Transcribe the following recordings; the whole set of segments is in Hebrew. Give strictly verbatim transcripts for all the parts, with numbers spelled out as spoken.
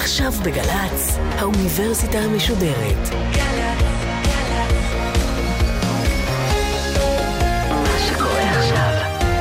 עכשיו בגלץ, האוניברסיטה המשודרת. מה שקורה עכשיו.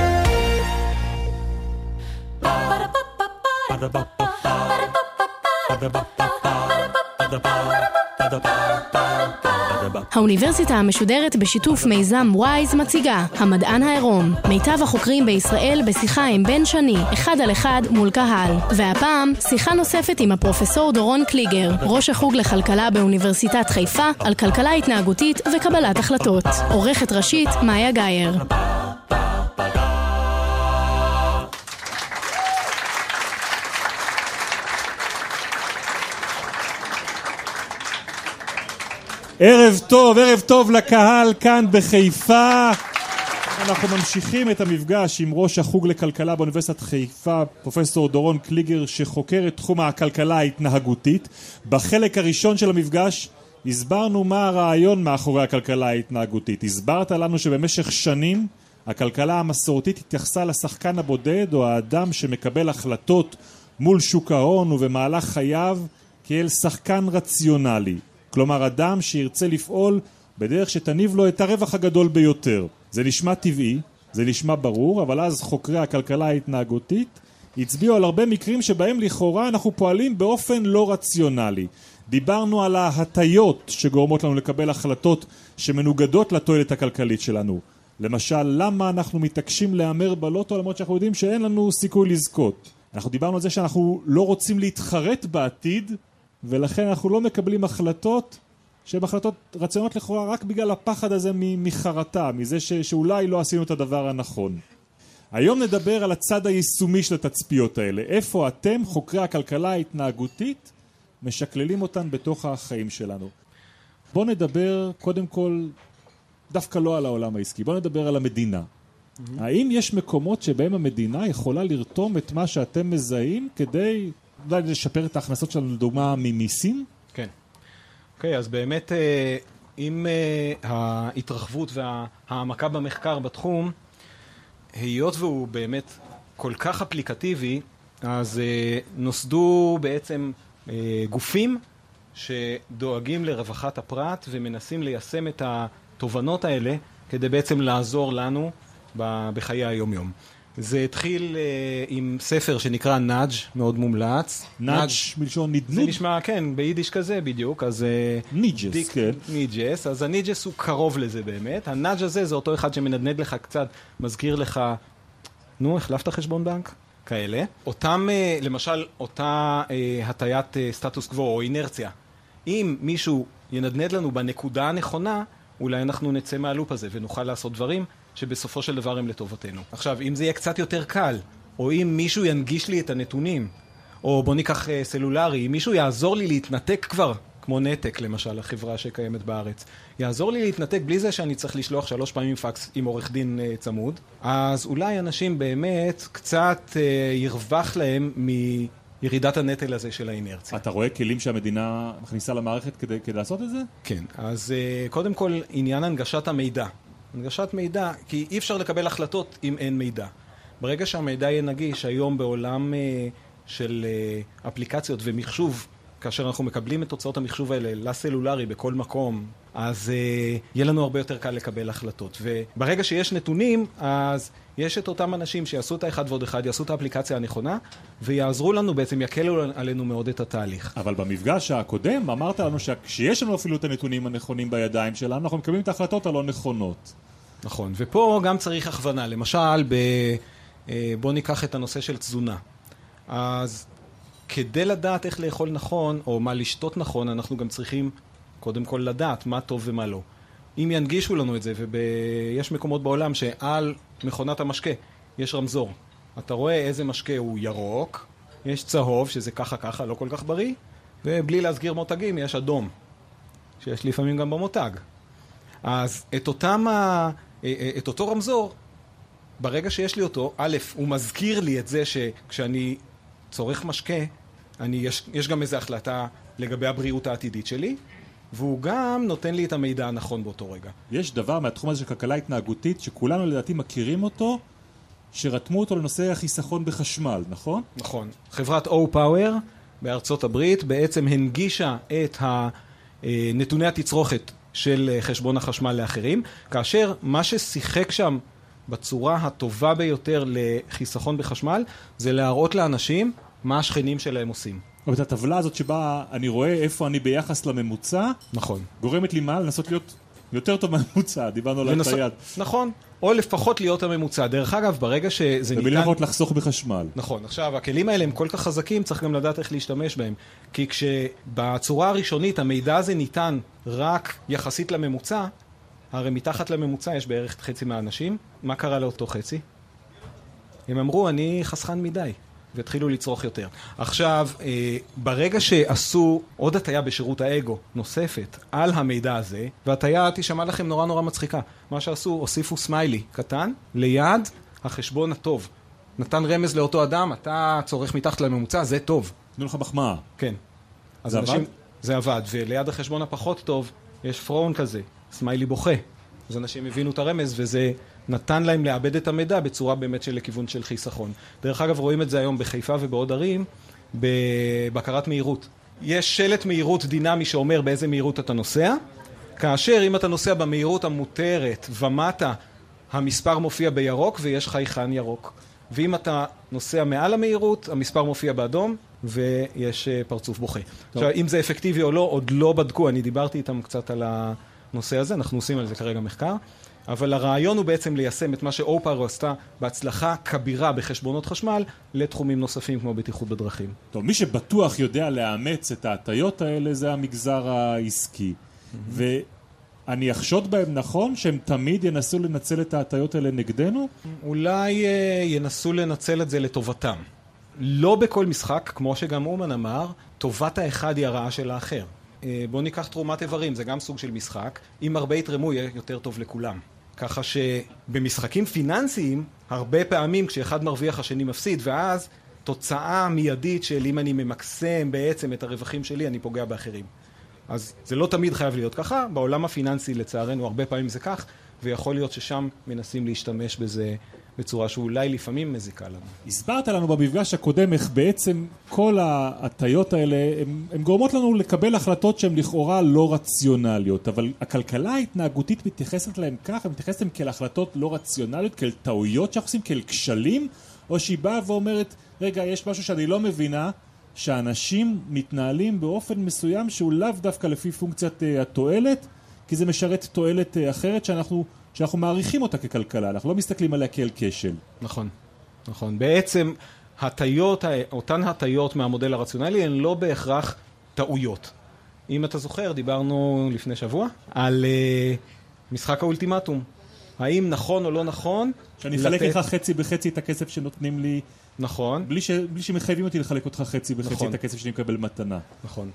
האוניברסיטה המשודרת בשיתוף מיזם וויז מציגה המדען העירום, מיטב החוקרים בישראל בשיחה עם בן שני, אחד על אחד מול קהל. והפעם שיחה נוספת עם הפרופסור דורון קליגר, ראש החוג לכלכלה באוניברסיטת חיפה, על כלכלה התנהגותית וקבלת החלטות. עורכת ראשית מאיה גייר. ערב טוב, ערב טוב לקהל כאן בחיפה. אנחנו ממשיכים את המפגש עם ראש החוג לכלכלה באוניברסיטת חיפה, פרופסור דורון קליגר, שחוקר את תחום הכלכלה ההתנהגותית. בחלק הראשון של המפגש הסברנו מה הרעיון מאחורי הכלכלה ההתנהגותית. הסברת לנו שבמשך שנים הכלכלה המסורתית התייחסה לשחקן הבודד או האדם שמקבל החלטות מול שוק ההון ובמהלך חייו כאל שחקן רציונלי. כלומר, אדם שירצה לפעול בדרך שתניב לו את הרווח הגדול ביותר. זה נשמע טבעי, זה נשמע ברור, אבל אז חוקרי הכלכלה ההתנהגותית הצביעו על הרבה מקרים שבהם לכאורה אנחנו פועלים באופן לא רציונלי. דיברנו על ההטיות שגורמות לנו לקבל החלטות שמנוגדות לתועלת הכלכלית שלנו. למשל, למה אנחנו מתעקשים להמר בלוטו למרות שאנחנו יודעים שאין לנו סיכוי לזכות. אנחנו דיברנו על זה שאנחנו לא רוצים להתחרט בעתיד, ולכן אנחנו לא מקבלים החלטות שהן החלטות רציונליות לכאורה רק בגלל הפחד הזה מחרטה, מזה ש- שאולי לא עשינו את הדבר הנכון. היום נדבר על הצד היישומי של התצפיות האלה. איפה אתם, חוקרי הכלכלה ההתנהגותית, משקללים אותן בתוך החיים שלנו. בואו נדבר קודם כל, דווקא לא על העולם העסקי, בואו נדבר על המדינה. Mm-hmm. האם יש מקומות שבהם המדינה יכולה לרתום את מה שאתם מזהים כדי אולי לשפר את ההכנסות שלנו, לדוגמה, ממיסים? כן. אוקיי, אז באמת, עם ההתרחבות והעמקה במחקר בתחום, היות והוא באמת כל כך אפליקטיבי, אז נוסדו בעצם גופים שדואגים לרווחת הפרט ומנסים ליישם את התובנות האלה כדי בעצם לעזור לנו בחיי היום-יום. זה התחיל uh, עם ספר שנקרא נאג', מאוד מומלץ. נאג' מלשון נדנוד? זה נשמע, כן, ביידיש כזה בדיוק. אז ניג'ס, דיק, כן. ניג'ס, אז הניג'ס הוא קרוב לזה באמת. הנאג' הזה זה אותו אחד שמנדנד לך קצת, מזכיר לך, נו, החלפת חשבון בנק? כאלה. אותם, uh, למשל, אותה uh, הטיית uh, סטטוס קוו או אינרציה. אם מישהו ינדנד לנו בנקודה הנכונה, אולי אנחנו נצא מהלופ הזה ונוכל לעשות דברים שבסופו של דבר הם לטובתנו. עכשיו, אם זה יהיה קצת יותר קל, או אם מישהו ינגיש לי את הנתונים, או בוא ניקח uh, סלולרי, אם מישהו יעזור לי להתנתק כבר, כמו נתק למשל, החברה שקיימת בארץ, יעזור לי להתנתק בלי זה שאני צריך לשלוח שלוש פעמים פקס עם עורך דין uh, צמוד, אז אולי אנשים באמת קצת uh, ירווח להם מירידת הנטל הזה של האינרציה. אתה רואה כלים שהמדינה מכניסה למערכת כדי, כדי לעשות את זה? כן, אז uh, קודם כל עניין הנגשת המידע. הנגשת מידע, כי אי אפשר לקבל החלטות אם אין מידע. ברגע שהמידע יהיה נגיש, היום בעולם uh, של uh, אפליקציות ומחשוב, כאשר אנחנו מקבלים את תוצאות המחשוב האלה לסלולרי בכל מקום, אז uh, יהיה לנו הרבה יותר קל לקבל החלטות. וברגע שיש נתונים, אז יש את אותם אנשים שיעשו את האחד ועוד אחד, יעשו את האפליקציה הנכונה, ויעזרו לנו, בעצם יקלו עלינו מאוד את התהליך. אבל במפגש הקודם אמרת לנו שכשיש לנו אפילו את הנתונים הנכונים בידיים שלנו, אנחנו מקבלים את ההחלטות הלא נכונות. נכון, ופה גם צריך הכוונה. למשל, ב... בוא ניקח את הנושא של תזונה. אז כדי לדעת איך לאכול נכון, או מה לשתות נכון, אנחנו גם צריכים קודם כל לדעת מה טוב ומה לא. אם ינגישו לנו את זה, ויש מקומות בעולם שעל מכונת המשקה יש רמזור. אתה רואה איזה משקה הוא ירוק, יש צהוב, שזה ככה ככה, לא כל כך בריא, ובלי להסגיר מותגים יש אדום, שיש לפעמים גם במותג. אז את אותם, את אותו רמזור, ברגע שיש לי אותו, א', הוא מזכיר לי את זה שכשאני צורך משקה, אני, יש, יש גם איזו החלטה לגבי הבריאות העתידית שלי, והוא גם נותן לי את המידע הנכון באותו רגע. יש דבר מהתחום הזה של כלכלה התנהגותית, שכולנו לדעתי מכירים אותו, שרתמו אותו לנושא החיסכון בחשמל, נכון? נכון. חברת O-Power בארצות הברית בעצם הנגישה את נתוני התצרוכת של חשבון החשמל לאחרים, כאשר מה ששיחק שם בצורה הטובה ביותר לחיסכון בחשמל, זה להראות לאנשים מה השכנים שלהם עושים. אבל את הטבלה הזאת שבה אני רואה איפה אני ביחס לממוצע, נכון. גורמת לי מה? לנסות להיות יותר טוב מהממוצע, דיברנו על היד. נכון, או לפחות להיות הממוצע. דרך אגב, ברגע שזה ניתן... במילים אחרות לחסוך בחשמל. נכון, עכשיו, הכלים האלה הם כל כך חזקים, צריך גם לדעת איך להשתמש בהם. כי כשבצורה הראשונית המידע הזה ניתן רק יחסית לממוצע, הרי מתחת לממוצע יש בערך חצי מהאנשים. מה קרה לאותו חצי? הם אמרו, אני חסכן מדי. והתחילו לצרוך יותר. עכשיו, ברגע שעשו עוד הטיה בשירות האגו נוספת על המידע הזה, והטיה תשמע לכם נורא נורא מצחיקה. מה שעשו, הוסיפו סמיילי קטן ליד החשבון הטוב. נתן רמז לאותו אדם, אתה צורך מתחת לממוצע, זה טוב. תנו לך מחמאה. כן. זה אנשים, עבד? זה עבד, וליד החשבון הפחות טוב יש פרון כזה, סמיילי בוכה. אז אנשים הבינו את הרמז, וזה נתן להם לאבד את המידע בצורה באמת של לכיוון של חיסכון. דרך אגב, רואים את זה היום בחיפה ובעוד ערים, בבקרת מהירות. יש שלט מהירות דינמי שאומר באיזה מהירות אתה נוסע, כאשר אם אתה נוסע במהירות המותרת ומטה, המספר מופיע בירוק ויש חייכן ירוק. ואם אתה נוסע מעל המהירות, המספר מופיע באדום ויש פרצוף בוכה. עכשיו, אם זה אפקטיבי או לא, עוד לא בדקו. אני דיברתי איתם קצת על הנושא הזה, אנחנו עושים על זה כרגע מחקר. אבל הרעיון הוא בעצם ליישם את מה שאופר עשתה בהצלחה כבירה בחשבונות חשמל לתחומים נוספים כמו בטיחות בדרכים. טוב, מי שבטוח יודע לאמץ את ההטיות האלה זה המגזר העסקי. Mm-hmm. ואני אחשוד בהם נכון שהם תמיד ינסו לנצל את ההטיות האלה נגדנו? אולי uh, ינסו לנצל את זה לטובתם. לא בכל משחק, כמו שגם אומן אמר, טובת האחד היא הרעה של האחר. בואו ניקח תרומת איברים, זה גם סוג של משחק. אם הרבה יתרמו, יהיה יותר טוב לכולם. ככה שבמשחקים פיננסיים, הרבה פעמים כשאחד מרוויח השני מפסיד, ואז תוצאה מיידית של אם אני ממקסם בעצם את הרווחים שלי, אני פוגע באחרים. אז זה לא תמיד חייב להיות ככה, בעולם הפיננסי לצערנו הרבה פעמים זה כך, ויכול להיות ששם מנסים להשתמש בזה בצורה שאולי לפעמים מזיקה לנו. הסברת לנו במפגש הקודם איך בעצם כל ההטיות האלה, הן גורמות לנו לקבל החלטות שהן לכאורה לא רציונליות, אבל הכלכלה ההתנהגותית מתייחסת להם ככה, מתייחסת להם כאל החלטות לא רציונליות, כאל טעויות שאנחנו עושים, כאל כשלים, או שהיא באה ואומרת, רגע, יש משהו שאני לא מבינה, שאנשים מתנהלים באופן מסוים שהוא לאו דווקא לפי פונקציית התועלת, כי זה משרת תועלת אחרת שאנחנו... שאנחנו מעריכים אותה ככלכלה, אנחנו לא מסתכלים עליה כאל כשל. נכון, נכון. בעצם, הטיות, אותן הטיות מהמודל הרציונלי הן לא בהכרח טעויות. אם אתה זוכר, דיברנו לפני שבוע על uh, משחק האולטימטום. האם נכון או לא נכון? שאני אחלק לך חצי בחצי את הכסף שנותנים לי. נכון. בלי, ש... בלי שמחייבים אותי לחלק אותך חצי בחצי נכון. את הכסף שאני מקבל מתנה. נכון.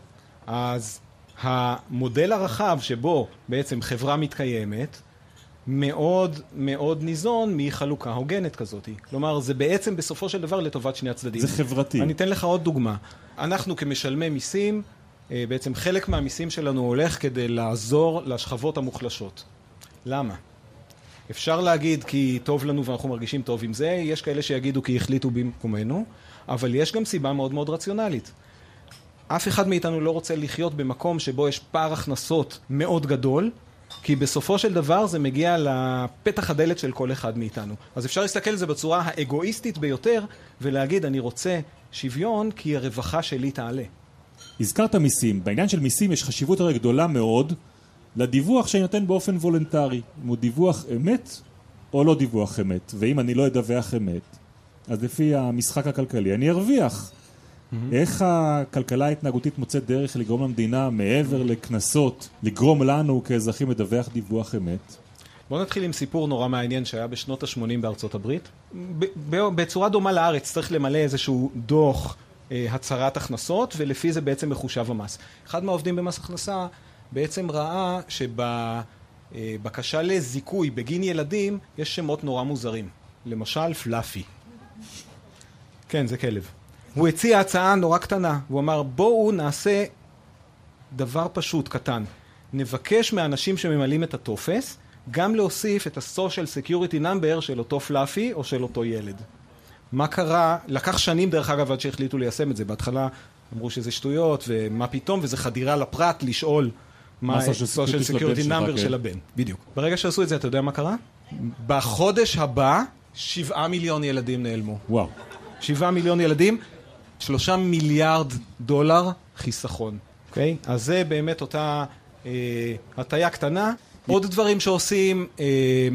אז המודל הרחב שבו בעצם חברה מתקיימת, מאוד מאוד ניזון מחלוקה הוגנת כזאת. כלומר, זה בעצם בסופו של דבר לטובת שני הצדדים. זה חברתי. אני אתן לך עוד דוגמה. אנחנו כמשלמי מיסים, בעצם חלק מהמיסים שלנו הולך כדי לעזור לשכבות המוחלשות. למה? אפשר להגיד כי טוב לנו ואנחנו מרגישים טוב עם זה, יש כאלה שיגידו כי החליטו במקומנו, אבל יש גם סיבה מאוד מאוד רציונלית. אף אחד מאיתנו לא רוצה לחיות במקום שבו יש פער הכנסות מאוד גדול, כי בסופו של דבר זה מגיע לפתח הדלת של כל אחד מאיתנו. אז אפשר להסתכל על זה בצורה האגואיסטית ביותר, ולהגיד אני רוצה שוויון כי הרווחה שלי תעלה. הזכרת מיסים. בעניין של מיסים יש חשיבות הרי גדולה מאוד לדיווח שאני נותן באופן וולונטרי. אם הוא דיווח אמת או לא דיווח אמת. ואם אני לא אדווח אמת, אז לפי המשחק הכלכלי אני ארוויח. Mm-hmm. איך הכלכלה ההתנהגותית מוצאת דרך לגרום למדינה מעבר לכנסות, לגרום לנו כאזרחים לדווח דיווח אמת? בואו נתחיל עם סיפור נורא מעניין שהיה בשנות ה-שמונים בארצות הברית. בצורה דומה לארץ צריך למלא איזשהו דוח אה, הצהרת הכנסות, ולפי זה בעצם מחושב המס. אחד מהעובדים במס הכנסה בעצם ראה שבבקשה לזיכוי בגין ילדים יש שמות נורא מוזרים. למשל פלאפי. כן, זה כלב. הוא הציע הצעה נורא קטנה, הוא אמר בואו נעשה דבר פשוט קטן, נבקש מאנשים שממלאים את הטופס, גם להוסיף את ה-social security number של אותו פלאפי או של אותו ילד. מה קרה? לקח שנים דרך אגב עד שהחליטו ליישם את זה, בהתחלה אמרו שזה שטויות, ומה פתאום, וזה חדירה לפרט לשאול מה ה-Social Security Number של הבן. בדיוק. ברגע שעשו את זה, אתה יודע מה קרה? בחודש הבא, שבעה מיליון ילדים נעלמו. וואו. שבעה מיליון ילדים, שלושה מיליארד דולר חיסכון. אוקיי? אז זה באמת אותה אה, הטיה קטנה. עוד דברים שעושים, אה,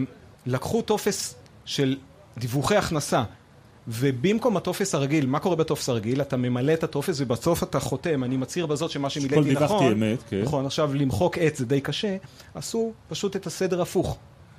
לקחו טופס של דיווחי הכנסה, ובמקום הטופס הרגיל, מה קורה בטופס הרגיל? אתה ממלא את הטופס ובסוף אתה חותם, אני מצהיר בזאת שמה שמילאתי נכון. אמת, כן. נכון, עכשיו למחוק עץ זה די קשה, עשו פשוט את הסדר הפוך.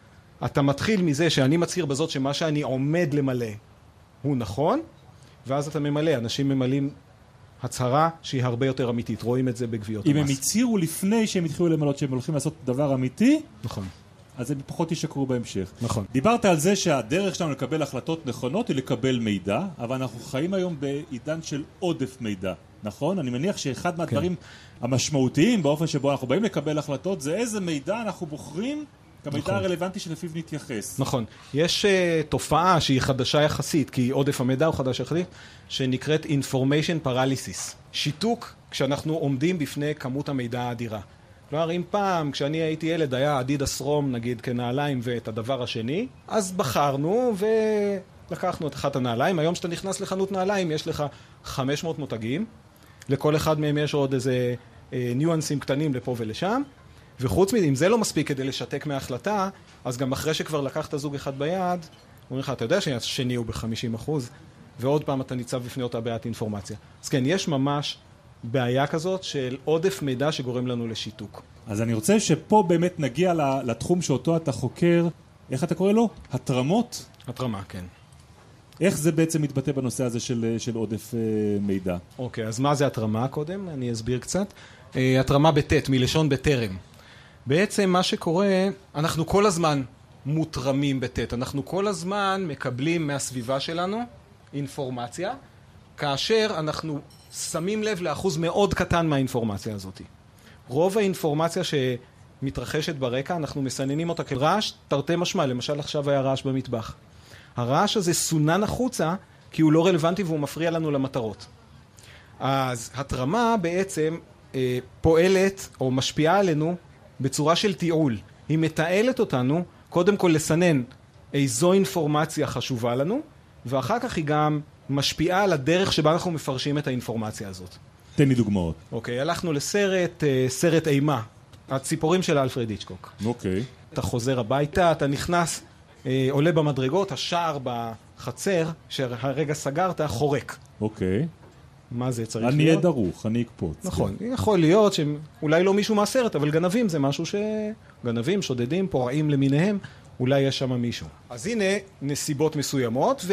אתה מתחיל מזה שאני מצהיר בזאת שמה שאני עומד למלא הוא נכון, ואז אתה ממלא, אנשים ממלאים הצהרה שהיא הרבה יותר אמיתית, רואים את זה בגביעות המס. אם הם הצהירו לפני שהם התחילו למלות שהם הולכים לעשות דבר אמיתי, נכון. אז הם פחות ישקרו בהמשך. נכון. דיברת על זה שהדרך שלנו לקבל החלטות נכונות היא לקבל מידע, אבל אנחנו חיים היום בעידן של עודף מידע, נכון? אני מניח שאחד מהדברים כן. המשמעותיים באופן שבו אנחנו באים לקבל החלטות, זה איזה מידע אנחנו בוחרים כמידע נכון. הרלוונטי שלפיו נתייחס. נכון. יש uh, תופעה שהיא חדשה יחסית, כי עודף המידע הוא חדש יחסית, שנקראת Information Paralysis. שיתוק כשאנחנו עומדים בפני כמות המידע האדירה. כלומר, אם פעם, כשאני הייתי ילד, היה אדידס רום, נגיד, כנעליים ואת הדבר השני, אז בחרנו ולקחנו את אחת הנעליים. היום שאתה נכנס לחנות נעליים, יש לך חמש מאות מותגים. לכל אחד מהם יש עוד איזה אה, ניואנסים קטנים לפה ולשם. וחוץ מזה, אם זה לא מספיק כדי לשתק מההחלטה, אז גם אחרי שכבר לקחת זוג אחד ביד, אומרים לך, אתה יודע שהשני הוא ב-חמישים אחוז, ועוד פעם אתה ניצב בפני אותה בעיית אינפורמציה. אז כן, יש ממש בעיה כזאת של עודף מידע שגורם לנו לשיתוק. אז אני רוצה שפה באמת נגיע לתחום שאותו אתה חוקר, איך אתה קורא לו? התרמות? התרמה, כן. איך זה בעצם מתבטא בנושא הזה של, של עודף מידע? אוקיי, אז מה זה התרמה קודם? אני אסביר קצת. התרמה בטט, מלשון בטרם. בעצם מה שקורה, אנחנו כל הזמן מותרמים בטט. אנחנו כל הזמן מקבלים מהסביבה שלנו אינפורמציה, כאשר אנחנו שמים לב לאחוז מאוד קטן מהאינפורמציה הזאת. רוב האינפורמציה שמתרחשת ברקע, אנחנו מסננים אותה כרעש, תרתי משמע, למשל עכשיו היה רעש במטבח. הרעש הזה סונן החוצה, כי הוא לא רלוונטי והוא מפריע לנו למטרות. אז התרמה בעצם אה, פועלת או משפיעה עלינו בצורה של תיעול. היא מתעלת אותנו, קודם כל לסנן איזו אינפורמציה חשובה לנו, ואחר כך היא גם משפיעה על הדרך שבה אנחנו מפרשים את האינפורמציה הזאת. תן לי דוגמאות. אוקיי, הלכנו לסרט, סרט אימה, הציפורים של אלפרד היצ'קוק. אוקיי. אתה חוזר הביתה, אתה נכנס, עולה במדרגות, השער בחצר, שהרגע סגרת, חורק. אוקיי. מה זה צריך להיות? אני אהיה דרוך, אני אקפוץ. נכון, יכול להיות שאולי לא מישהו מהסרט, אבל גנבים זה משהו ש... גנבים, שודדים, פורעים למיניהם, אולי יש שם מישהו. אז הנה נסיבות מסוימות,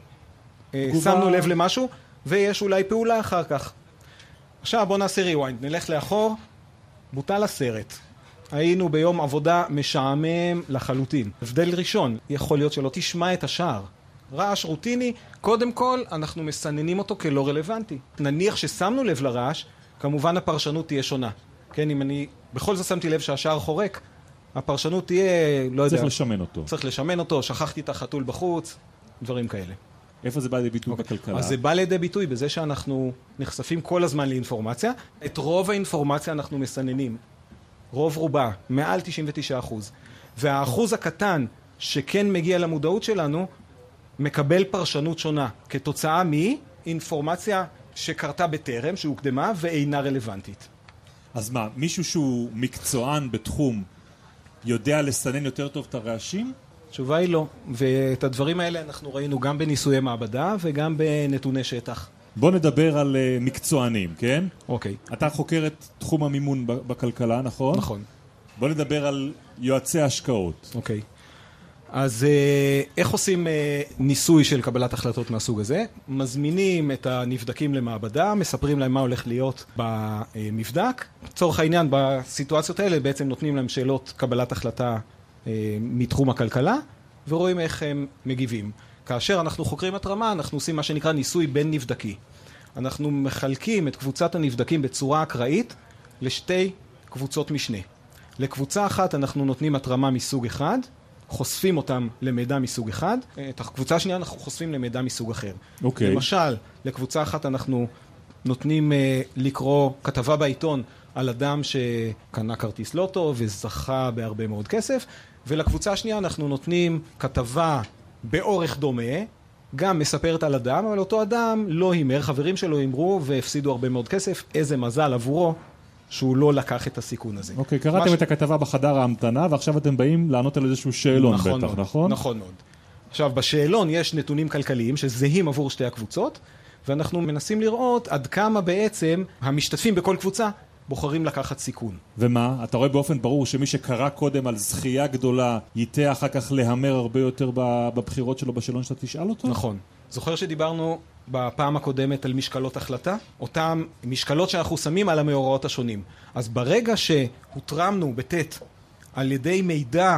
ושמנו לב למשהו, ויש אולי פעולה אחר כך. עכשיו בוא נעשה ריוויינד, נלך לאחור, בוטל הסרט. היינו ביום עבודה משעמם לחלוטין. הבדל ראשון, יכול להיות שלא תשמע את השער. רעש רוטיני, קודם כל אנחנו מסננים אותו כלא רלוונטי. נניח ששמנו לב לרעש, כמובן הפרשנות תהיה שונה. כן, אם אני בכל זאת שמתי לב שהשער חורק, הפרשנות תהיה, לא יודע. צריך לשמן אותו. צריך לשמן אותו, שכחתי את החתול בחוץ, דברים כאלה. איפה זה בא לידי ביטוי בכלכלה? אז זה בא לידי ביטוי בזה שאנחנו נחשפים כל הזמן לאינפורמציה. את רוב האינפורמציה אנחנו מסננים. רוב רובה, מעל תשעים ותשעה אחוז. והאחוז הקטן שכן מגיע למודעות שלנו, מקבל פרשנות שונה, כתוצאה מאינפורמציה שקרתה בטרם, שהוקדמה ואינה רלוונטית. אז מה, מישהו שהוא מקצוען בתחום יודע לסנן יותר טוב את הרעשים? התשובה היא לא, ואת הדברים האלה אנחנו ראינו גם בניסויי מעבדה וגם בנתוני שטח. בוא נדבר על uh, מקצוענים, כן? אוקיי. אתה חוקר את תחום המימון בכלכלה, נכון? נכון. בוא נדבר על יועצי השקעות. אוקיי. אז איך עושים ניסוי של קבלת החלטות מהסוג הזה? מזמינים את הנבדקים למעבדה, מספרים להם מה הולך להיות במבדק. לצורך העניין, בסיטואציות האלה בעצם נותנים להם שאלות קבלת החלטה מתחום הכלכלה, ורואים איך הם מגיבים. כאשר אנחנו חוקרים התרמה, אנחנו עושים מה שנקרא ניסוי בין נבדקי. אנחנו מחלקים את קבוצת הנבדקים בצורה אקראית לשתי קבוצות משנה. לקבוצה אחת אנחנו נותנים התרמה מסוג אחד, חושפים אותם למידע מסוג אחד, את הקבוצה השנייה אנחנו חושפים למידע מסוג אחר. אוקיי. למשל, לקבוצה אחת אנחנו נותנים אה, לקרוא כתבה בעיתון על אדם שקנה כרטיס לוטו וזכה בהרבה מאוד כסף, ולקבוצה השנייה אנחנו נותנים כתבה באורך דומה, גם מספרת על אדם, אבל אותו אדם לא הימר, חברים שלו הימרו והפסידו הרבה מאוד כסף, איזה מזל עבורו שהוא לא לקח את הסיכון הזה. אוקיי, קראתם את הכתבה בחדר ההמתנה, ועכשיו אתם באים לענות על איזשהו שאלון בטח, נכון? נכון מאוד. עכשיו, בשאלון יש נתונים כלכליים שזהים עבור שתי הקבוצות, ואנחנו מנסים לראות עד כמה בעצם המשתתפים בכל קבוצה בוחרים לקחת סיכון. ומה? אתה רואה באופן ברור שמי שקרא קודם על זכייה גדולה, ייתה אחר כך להמר הרבה יותר בבחירות שלו בשאלון שאתה תשאל אותו? נכון. זוכר שדיברנו בפעם הקודמת על משקלות החלטה? אותם משקלות שאנחנו שמים על המאורעות השונים. אז ברגע שהותרמנו בתת על ידי מידע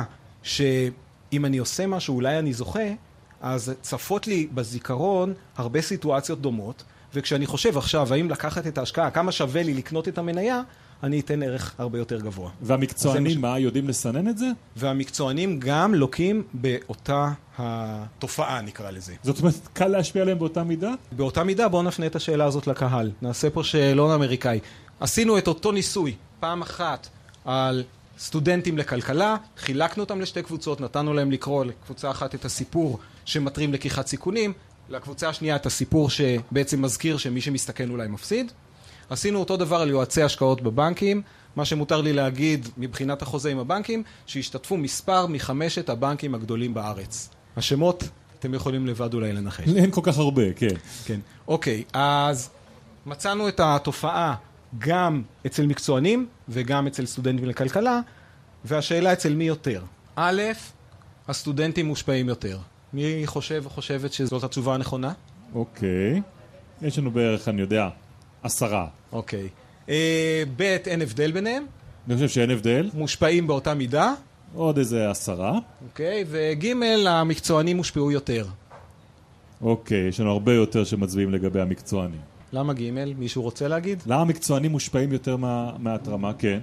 שאם אני עושה משהו אולי אני זוכה, אז צפות לי בזיכרון הרבה סיטואציות דומות, וכשאני חושב עכשיו האם לקחת את ההשקעה, כמה שווה לי לקנות את המניה, אני אתן ערך הרבה יותר גבוה. והמקצוענים מה, יודעים לסנן את זה? והמקצוענים גם לוקים באותה התופעה, נקרא לזה. זאת אומרת, קל להשפיע עליהם באותה מידה? באותה מידה, בואו נפנה את השאלה הזאת לקהל. נעשה פה שאלון אמריקאי. עשינו את אותו ניסוי, פעם אחת על סטודנטים לכלכלה, חילקנו אותם לשתי קבוצות, נתנו להם לקרוא לקבוצה אחת את הסיפור שמטרים לקיחת סיכונים, לקבוצה השנייה את הסיפור שבעצם מזכיר שמי שמסתכן אולי מפסיד. עשינו אותו דבר על יועצי השקעות בבנקים, מה שמותר לי להגיד מבחינת החוזה עם הבנקים, שהשתתפו מספר מחמשת הבנקים הגדולים בארץ. השמות, אתם יכולים לבד אולי לנחש. אין כל כך הרבה, כן. כן. אוקיי, אז מצאנו את התופעה גם אצל מקצוענים וגם אצל סטודנטים לכלכלה, והשאלה אצל מי יותר. א', הסטודנטים מושפעים יותר. מי חושב או חושבת שזאת התשובה הנכונה? אוקיי. יש לנו בערך, אני יודע, עשרה. אוקיי. אה, ב', אין הבדל ביניהם. אני חושב שאין הבדל. מושפעים באותה מידה. עוד איזה עשרה. אוקיי. וג', המקצוענים מושפעו יותר. אוקיי, יש לנו הרבה יותר שמצביעים לגבי המקצוענים. למה ג'? מישהו רוצה להגיד? למה המקצוענים מושפעים יותר מה, מהתרמה? כן.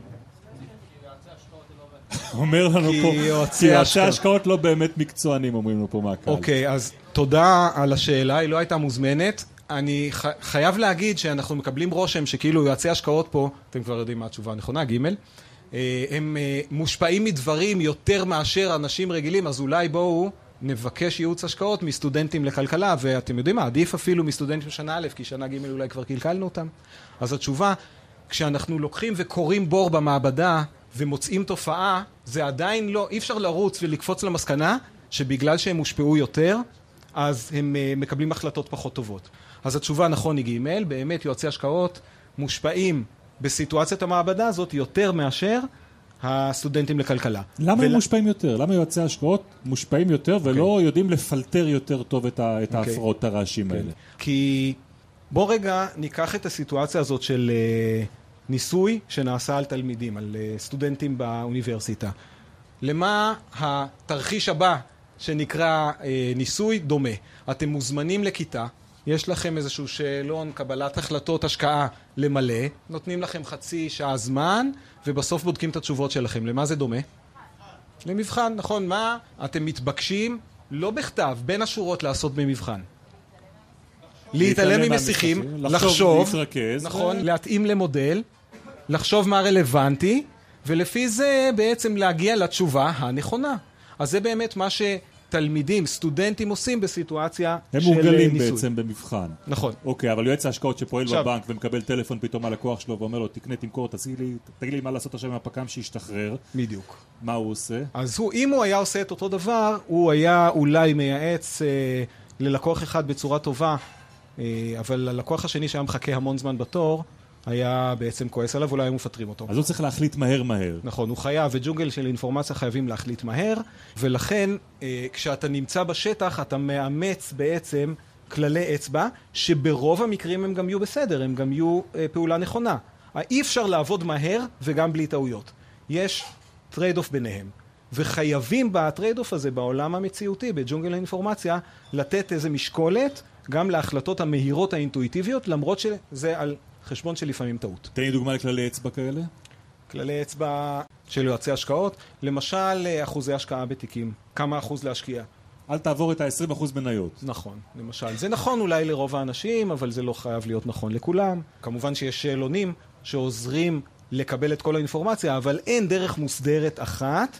אומר לנו פה, כי יועצי השקעות לא באמת מקצוענים, אומרים לנו פה מהקהל. אוקיי, אז תודה על השאלה, היא לא הייתה מוזמנת. אני חייב להגיד שאנחנו מקבלים רושם שכאילו יועצי השקעות פה, אתם כבר יודעים מה התשובה הנכונה, ג', הם מושפעים מדברים יותר מאשר אנשים רגילים, אז אולי בואו נבקש ייעוץ השקעות מסטודנטים לכלכלה, ואתם יודעים מה, עדיף אפילו מסטודנטים שנה א', כי שנה ג' אולי כבר קלקלנו אותם. אז התשובה, כשאנחנו לוקחים וקוראים בור במעבדה ומוצאים תופעה, זה עדיין לא, אי אפשר לרוץ ולקפוץ למסקנה שבגלל שהם מושפעו יותר, אז הם מקבלים החלטות פחות טובות. אז התשובה נכון היא ג', באמת יועצי השקעות מושפעים בסיטואציית המעבדה הזאת יותר מאשר הסטודנטים לכלכלה. למה ול... הם מושפעים יותר? למה יועצי השקעות מושפעים יותר ולא okay. יודעים לפלטר יותר טוב את, ה... את okay. ההפרעות הרעשים okay. האלה? כי בוא רגע ניקח את הסיטואציה הזאת של uh, ניסוי שנעשה על תלמידים, על uh, סטודנטים באוניברסיטה. למה התרחיש הבא שנקרא uh, ניסוי דומה? אתם מוזמנים לכיתה, יש לכם איזשהו שאלון קבלת החלטות השקעה למלא, נותנים לכם חצי שעה זמן, ובסוף בודקים את התשובות שלכם. למה זה דומה? למבחן, נכון. מה אתם מתבקשים, לא בכתב, בין השורות לעשות במבחן? להתעלם ממשיכים, לחשוב, נכון, להתאים למודל, לחשוב מה רלוונטי, ולפי זה בעצם להגיע לתשובה הנכונה. אז זה באמת מה ש... תלמידים, סטודנטים עושים בסיטואציה של ניסוי. הם מורגלים בעצם במבחן. נכון. אוקיי, אבל יועץ ההשקעות שפועל בבנק ומקבל טלפון פתאום על לקוח שלו ואומר לו, תקנה, תמכור, תגיד לי מה לעשות עכשיו עם הפקם שישתחרר. בדיוק. מה הוא עושה? אז הוא, אם הוא היה עושה את אותו דבר, הוא היה אולי מייעץ אה, ללקוח אחד בצורה טובה, אה, אבל הלקוח השני שהיה מחכה המון זמן בתור, היה בעצם כועס עליו, אולי הם מפטרים אותו. אז הוא צריך להחליט מהר מהר. נכון, הוא חייב, וג'ונגל של אינפורמציה חייבים להחליט מהר, ולכן כשאתה נמצא בשטח, אתה מאמץ בעצם כללי אצבע, שברוב המקרים הם גם יהיו בסדר, הם גם יהיו פעולה נכונה. אי אפשר לעבוד מהר וגם בלי טעויות. יש טרייד אוף ביניהם, וחייבים בטרייד אוף הזה, בעולם המציאותי, בג'ונגל האינפורמציה, לתת איזה משקולת, גם להחלטות המהירות האינטואיטיביות, למרות שזה על חשבון של לפעמים טעות. תן לי דוגמה לכללי אצבע כאלה. כללי אצבע של יועצי השקעות, למשל אחוזי השקעה בתיקים, כמה אחוז להשקיע. אל תעבור את ה-עשרים אחוז מניות. נכון, למשל. זה נכון אולי לרוב האנשים, אבל זה לא חייב להיות נכון לכולם. כמובן שיש שאלונים שעוזרים לקבל את כל האינפורמציה, אבל אין דרך מוסדרת אחת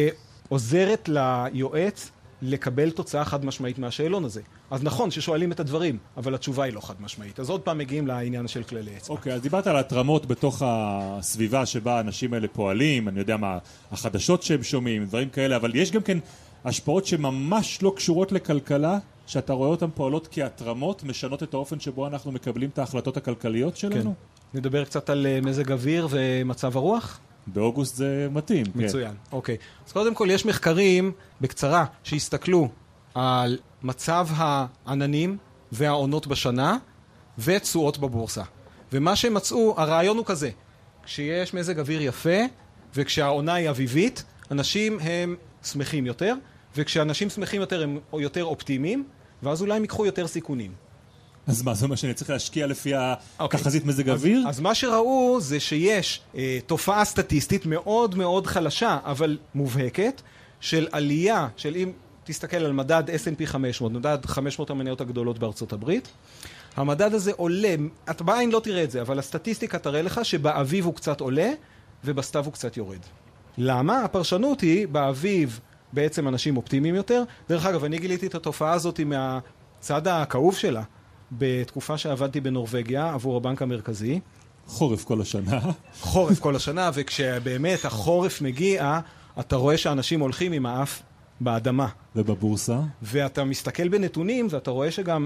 שעוזרת ליועץ לקבל תוצאה חד משמעית מהשאלון הזה. אז נכון ששואלים את הדברים, אבל התשובה היא לא חד משמעית. אז עוד פעם מגיעים לעניין של כללי אצבע. אוקיי, אז דיברת על התרמות בתוך הסביבה שבה האנשים האלה פועלים, אני יודע מה, החדשות שהם שומעים, דברים כאלה, אבל יש גם כן השפעות שממש לא קשורות לכלכלה, שאתה רואה אותן פועלות כהתרמות, משנות את האופן שבו אנחנו מקבלים את ההחלטות הכלכליות שלנו? כן. נדבר קצת על מזג אוויר ומצב הרוח? באוגוסט זה מתאים. מצוין, כן. אוקיי. אז קודם כל יש מחקרים בקצרה שהסתכלו על מצב העננים והעונות בשנה ותשואות בבורסה. ומה שהם מצאו, הרעיון הוא כזה, כשיש מזג אוויר יפה וכשהעונה היא אביבית, אנשים הם שמחים יותר, וכשאנשים שמחים יותר הם יותר אופטימיים, ואז אולי הם ייקחו יותר סיכונים. אז מה, זה מה שאני צריך להשקיע לפי התחזית מזג אוויר? אז מה שראו זה שיש אה, תופעה סטטיסטית מאוד מאוד חלשה, אבל מובהקת, של עלייה, של אם תסתכל על מדד אס אנד פי חמש מאות, מדד חמש מאות המניות הגדולות בארצות הברית, המדד הזה עולה, את בעין לא תראה את זה, אבל הסטטיסטיקה תראה לך שבאביב הוא קצת עולה, ובסתיו הוא קצת יורד. למה? הפרשנות היא, באביב בעצם אנשים אופטימיים יותר. דרך אגב, אני גיליתי את התופעה הזאת מהצד הכאוב שלה, בתקופה שעבדתי בנורווגיה עבור הבנק המרכזי. חורף כל השנה. חורף כל השנה, וכשבאמת החורף מגיע, אתה רואה שאנשים הולכים עם האף באדמה. ובבורסה? ואתה מסתכל בנתונים, ואתה רואה שגם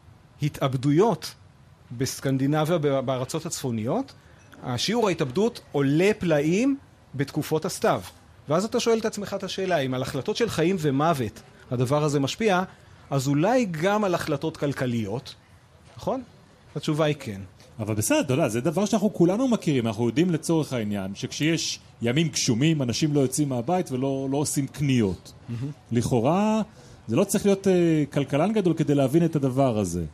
התאבדויות בסקנדינביה, בארצות הצפוניות, השיעור ההתאבדות עולה פלאים בתקופות הסתיו. ואז אתה שואל את עצמך את השאלה, אם על החלטות של חיים ומוות הדבר הזה משפיע, אז אולי גם על החלטות כלכליות, נכון? התשובה היא כן. אבל בסדר, אתה יודע, זה דבר שאנחנו כולנו מכירים, אנחנו יודעים לצורך העניין, שכשיש ימים גשומים, אנשים לא יוצאים מהבית ולא לא עושים קניות. Mm-hmm. לכאורה, זה לא צריך להיות uh, כלכלן גדול כדי להבין את הדבר הזה.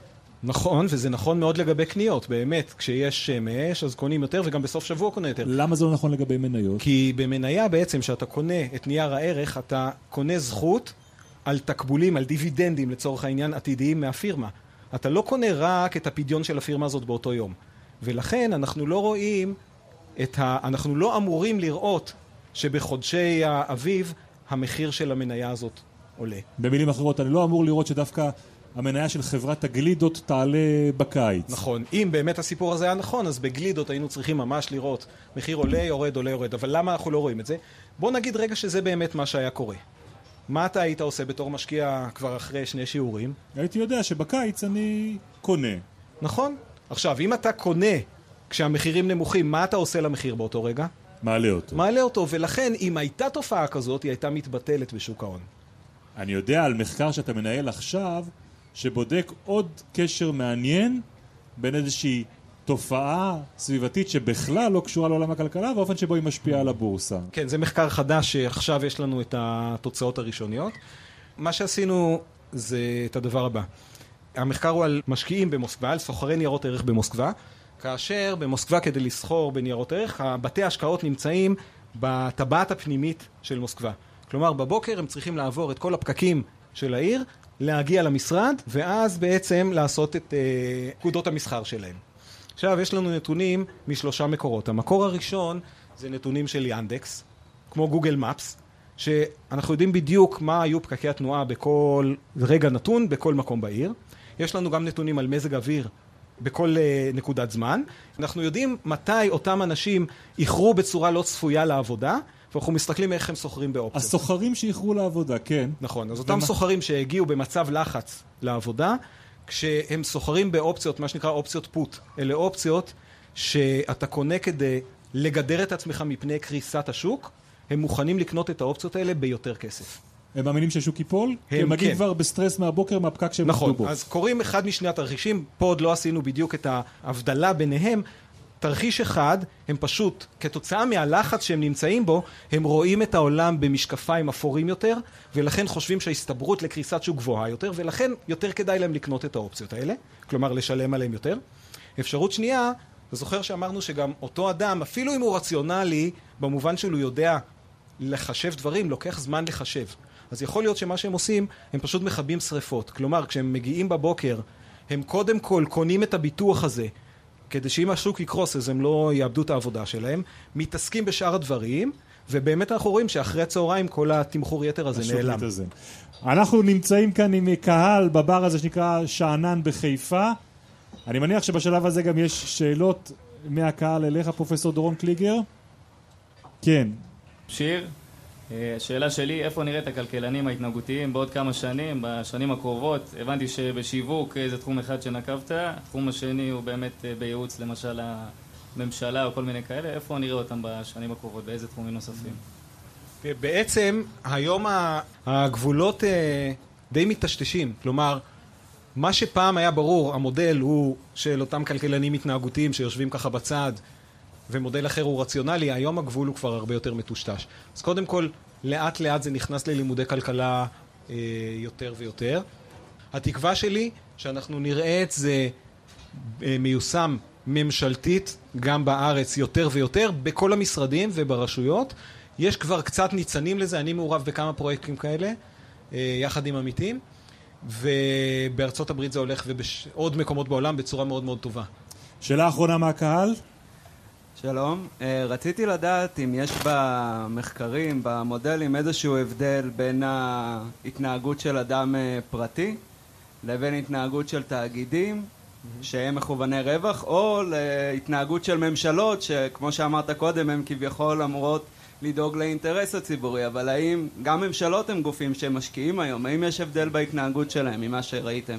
נכון, וזה נכון מאוד לגבי קניות, באמת, כשיש שמש, אז קונים יותר, וגם בסוף שבוע קונה יותר. למה זה לא נכון לגבי מניות? כי במניה בעצם, שאתה קונה את נייר הערך, אתה קונה זכות על תקבולים, על דיבידנדים, לצורך העניין, עתידיים מהפירמה. אתה לא קונה רק את הפדיון של הפירמה הזאת באותו יום. ולכן אנחנו לא רואים את ה... אנחנו לא אמורים לראות שבחודשי האביב המחיר של המניה הזאת עולה. במילים אחרות, אני לא אמור לראות שדווקא המניה של חברת הגלידות תעלה בקיץ. נכון. אם באמת הסיפור הזה היה נכון, אז בגלידות היינו צריכים ממש לראות מחיר עולה, יורד, עולה, יורד. אבל למה אנחנו לא רואים את זה? בוא נגיד רגע שזה באמת מה שהיה קורה. מה אתה היית עושה בתור משקיע כבר אחרי שני שיעורים? הייתי יודע שבקיץ אני קונה. נכון. עכשיו, אם אתה קונה כשהמחירים נמוכים, מה אתה עושה למחיר באותו רגע? מעלה אותו. מעלה אותו, ולכן אם הייתה תופעה כזאת, היא הייתה מתבטלת בשוק ההון. אני יודע על מחקר שאתה מנהל עכשיו, שבודק עוד קשר מעניין בין איזושהי תופעה סביבתית שבכלל לא קשורה לעולם הכלכלה, ואופן שבו היא משפיעה על הבורסה. כן, זה מחקר חדש שעכשיו יש לנו את התוצאות הראשוניות. מה שעשינו זה את הדבר הבא. המחקר הוא על משקיעים במוסקבה, על סוחרי ניירות ערך במוסקבה, כאשר במוסקבה כדי לסחור בניירות ערך, בתי ההשקעות נמצאים בטבעת הפנימית של מוסקבה. כלומר, בבוקר הם צריכים לעבור את כל הפקקים של העיר, להגיע למשרד, ואז בעצם לעשות את פקודות המסחר שלהם. עכשיו, יש לנו נתונים משלושה מקורות. המקור הראשון זה נתונים של ינדקס, כמו גוגל מפס, שאנחנו יודעים בדיוק מה היו פקקי התנועה בכל רגע נתון, בכל מקום בעיר. יש לנו גם נתונים על מזג אוויר בכל uh, נקודת זמן. אנחנו יודעים מתי אותם אנשים איחרו בצורה לא צפויה לעבודה, ואנחנו מסתכלים איך הם סוחרים באופציות. הסוחרים שאיחרו לעבודה, כן. נכון, אז אותם סוחרים שהגיעו במצב לחץ לעבודה, כשהם סוחרים באופציות, מה שנקרא אופציות פוט, אלה אופציות שאתה קונה כדי לגדר את עצמך מפני קריסת השוק, הם מוכנים לקנות את האופציות האלה ביותר כסף. הם מאמינים שהשוק ייפול? כי הם מגיעים כבר בסטרס מהבוקר, מהפקק שהם נכון, בו. אז קוראים אחד משני התרחישים, פה עוד לא עשינו בדיוק את ההבדלה ביניהם, תרחיש אחד, הם פשוט, כתוצאה מהלחץ שהם נמצאים בו, הם רואים את העולם במשקפיים אפורים יותר, ולכן חושבים שההסתברות לקריסת שוק גבוהה יותר, ולכן יותר כדאי להם לקנות את האופציות האלה, כלומר לשלם עליהם יותר. אפשרות שנייה, אתה זוכר שאמרנו שגם אותו אדם, אפילו אם הוא רציונלי, במובן שהוא יודע לחשב דברים, לוקח זמן לחשב. אז יכול להיות שמה שהם עושים, הם פשוט מכבים שריפות. כלומר, כשהם מגיעים בבוקר, הם קודם כל קונים את הביטוח הזה, כדי שאם השוק יקרוס, אז הם לא יאבדו את העבודה שלהם, מתעסקים בשאר הדברים, ובאמת אנחנו רואים שאחרי הצהריים כל התמחור יתר הזה נעלם. הזה. אנחנו נמצאים כאן עם קהל בבר הזה שנקרא שאנן בחיפה. אני מניח שבשלב הזה גם יש שאלות מהקהל אליך, פרופסור דורון קליגר. כן. שיר, השאלה שלי, איפה נראה את הכלכלנים ההתנהגותיים בעוד כמה שנים, בשנים הקרובות? הבנתי שבשיווק זה תחום אחד שנקבת, התחום השני הוא באמת בייעוץ למשל הממשלה או כל מיני כאלה, איפה נראה אותם בשנים הקרובות, באיזה תחומים נוספים? בעצם היום הגבולות די מתשתשים, כלומר מה שפעם היה ברור, המודל הוא של אותם כלכלנים התנהגותיים שיושבים ככה בצד, ומודל אחר הוא רציונלי, היום הגבול הוא כבר הרבה יותר מטושטש. אז קודם כל, לאט לאט זה נכנס ללימודי כלכלה אה, יותר ויותר. התקווה שלי שאנחנו נראה את זה אה, מיושם ממשלתית גם בארץ יותר ויותר, בכל המשרדים וברשויות. יש כבר קצת ניצנים לזה, אני מעורב בכמה פרויקטים כאלה, אה, יחד עם עמיתים, ובארצות הברית זה הולך ובעוד מקומות בעולם בצורה מאוד מאוד טובה. שאלה אחרונה מהקהל? שלום, רציתי לדעת אם יש במחקרים, במודלים, איזשהו הבדל בין ההתנהגות של אדם פרטי לבין התנהגות של תאגידים שהם מכווני רווח, או להתנהגות של ממשלות שכמו שאמרת קודם הם כביכול אמורות לדאוג לאינטרס הציבורי, אבל האם גם ממשלות הם גופים שמשקיעים היום? האם יש הבדל בהתנהגות שלהם ממה שראיתם?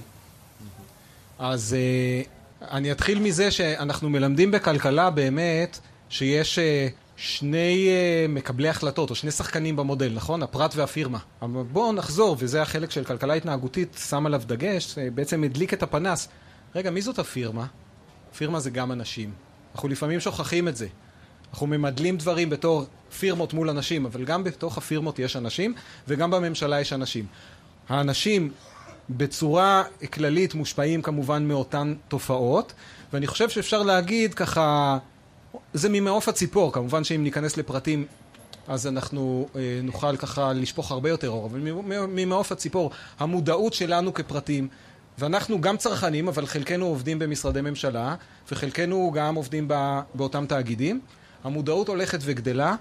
אז אני אתחיל מזה שאנחנו מלמדים בכלכלה באמת שיש שני מקבלי החלטות או שני שחקנים במודל, נכון? הפרט והפירמה. אבל בואו נחזור, וזה החלק של כלכלה התנהגותית, שם עליו דגש, בעצם הדליק את הפנס. רגע, מי זאת הפירמה? פירמה זה גם אנשים. אנחנו לפעמים שוכחים את זה. אנחנו ממדלים דברים בתור פירמות מול אנשים, אבל גם בתוך הפירמות יש אנשים, וגם בממשלה יש אנשים. האנשים בצורה כללית מושפעים כמובן מאותן תופעות, ואני חושב שאפשר להגיד ככה, זה ממעוף הציפור, כמובן שאם ניכנס לפרטים, אז אנחנו אה, נוכל ככה לשפוך הרבה יותר אור, אבל ממעוף הציפור, המודעות שלנו כפרטים, ואנחנו גם צרכנים, אבל חלקנו עובדים במשרדי ממשלה, וחלקנו גם עובדים בא, באותם תאגידים, המודעות הולכת וגדלה,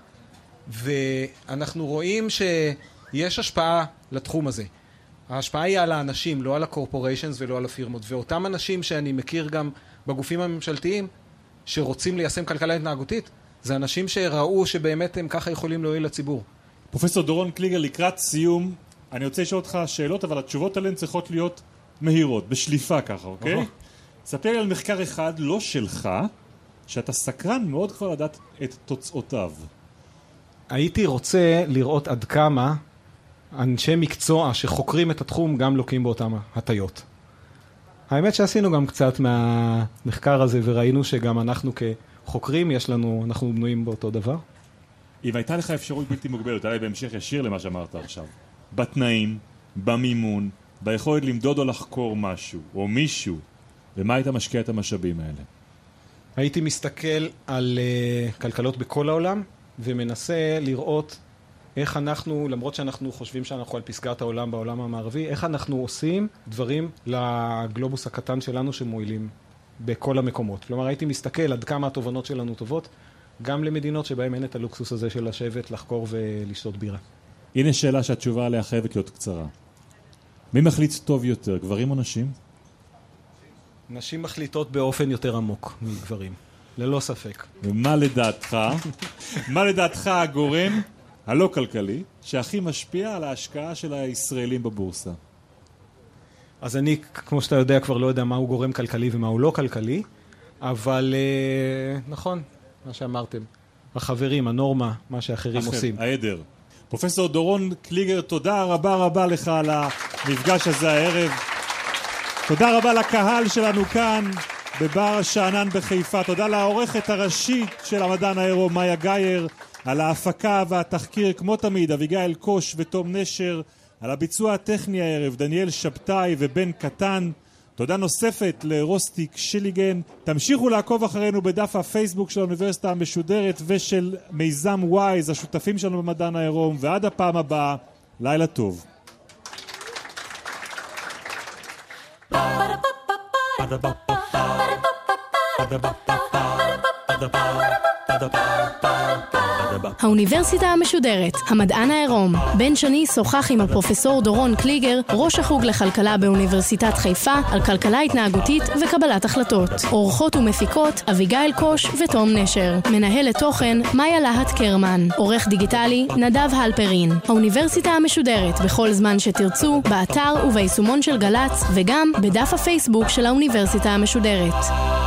ואנחנו רואים שיש השפעה לתחום הזה. ההשפעה היא על האנשים, לא על הקורפוריישנס ולא על הפירמות. ואותם אנשים שאני מכיר גם בגופים הממשלתיים, שרוצים ליישם כלכלה התנהגותית, זה אנשים שראו שבאמת הם ככה יכולים להועיל לציבור. פרופסור דורון קליגר, לקראת סיום, אני רוצה לשאול אותך שאלות, אבל התשובות עליהן צריכות להיות מהירות, בשליפה ככה, אוקיי? ספר לי על מחקר אחד, לא שלך, שאתה סקרן מאוד כבר לדעת את תוצאותיו. הייתי רוצה לראות עד כמה אנשי מקצוע שחוקרים את התחום גם לוקים באותם הטיות. האמת שעשינו גם קצת מהמחקר הזה וראינו שגם אנחנו כחוקרים יש לנו, אנחנו בנויים באותו דבר. אם הייתה לך אפשרות בלתי מוגבלת, עליי בהמשך ישיר למה שאמרת עכשיו, בתנאים, במימון, ביכולת למדוד או לחקור משהו או מישהו, ומה היית משקיע את המשאבים האלה? הייתי מסתכל על uh, כלכלות בכל העולם ומנסה לראות איך אנחנו, למרות שאנחנו חושבים שאנחנו על פסגת העולם בעולם המערבי, איך אנחנו עושים דברים לגלובוס הקטן שלנו שמועילים בכל המקומות. כלומר, הייתי מסתכל עד כמה התובנות שלנו טובות, גם למדינות שבהן אין את הלוקסוס הזה של לשבת, לחקור ולשתות בירה. הנה שאלה שהתשובה עליה חייבת להיות קצרה. מי מחליט טוב יותר, גברים או נשים? נשים מחליטות באופן יותר עמוק מגברים, ללא ספק. ומה לדעתך, מה לדעתך הגורם הלא כלכלי שהכי משפיע על ההשקעה של הישראלים בבורסה? אז אני, כמו שאתה יודע, כבר לא יודע מהו גורם כלכלי ומהו לא כלכלי, אבל נכון, מה שאמרתם, החברים, הנורמה, מה שאחרים אחר, עושים. העדר. פרופסור דורון קליגר, תודה רבה רבה לך על המפגש הזה הערב. תודה רבה לקהל שלנו כאן בבר שאנן בחיפה. תודה לעורכת הראשית של המדען העירום מאיה גייר, על ההפקה והתחקיר כמו תמיד אביגיל קוש ותום נשר, על הביצוע הטכני הערב דניאל שבתאי ובן קטן. תודה נוספת לרוסטיק שיליגן. תמשיכו לעקוב אחרינו בדף הפייסבוק של האוניברסיטה המשודרת ושל מיזם וויז, השותפים שלנו במדען העירום, ועד הפעם הבאה, לילה טוב. האוניברסיטה המשודרת, המדען העירום. בן שני שוחח עם הפרופסור דורון קליגר, ראש החוג לכלכלה באוניברסיטת חיפה, על כלכלה התנהגותית וקבלת החלטות. אורחות ומפיקות, אביגיל קוש ותום נשר. מנהלת תוכן, מאיה להט קרמן. עורך דיגיטלי, נדב הלפרין. האוניברסיטה המשודרת, בכל זמן שתרצו, באתר וביישומון של גלץ, וגם בדף הפייסבוק של האוניברסיטה המשודרת.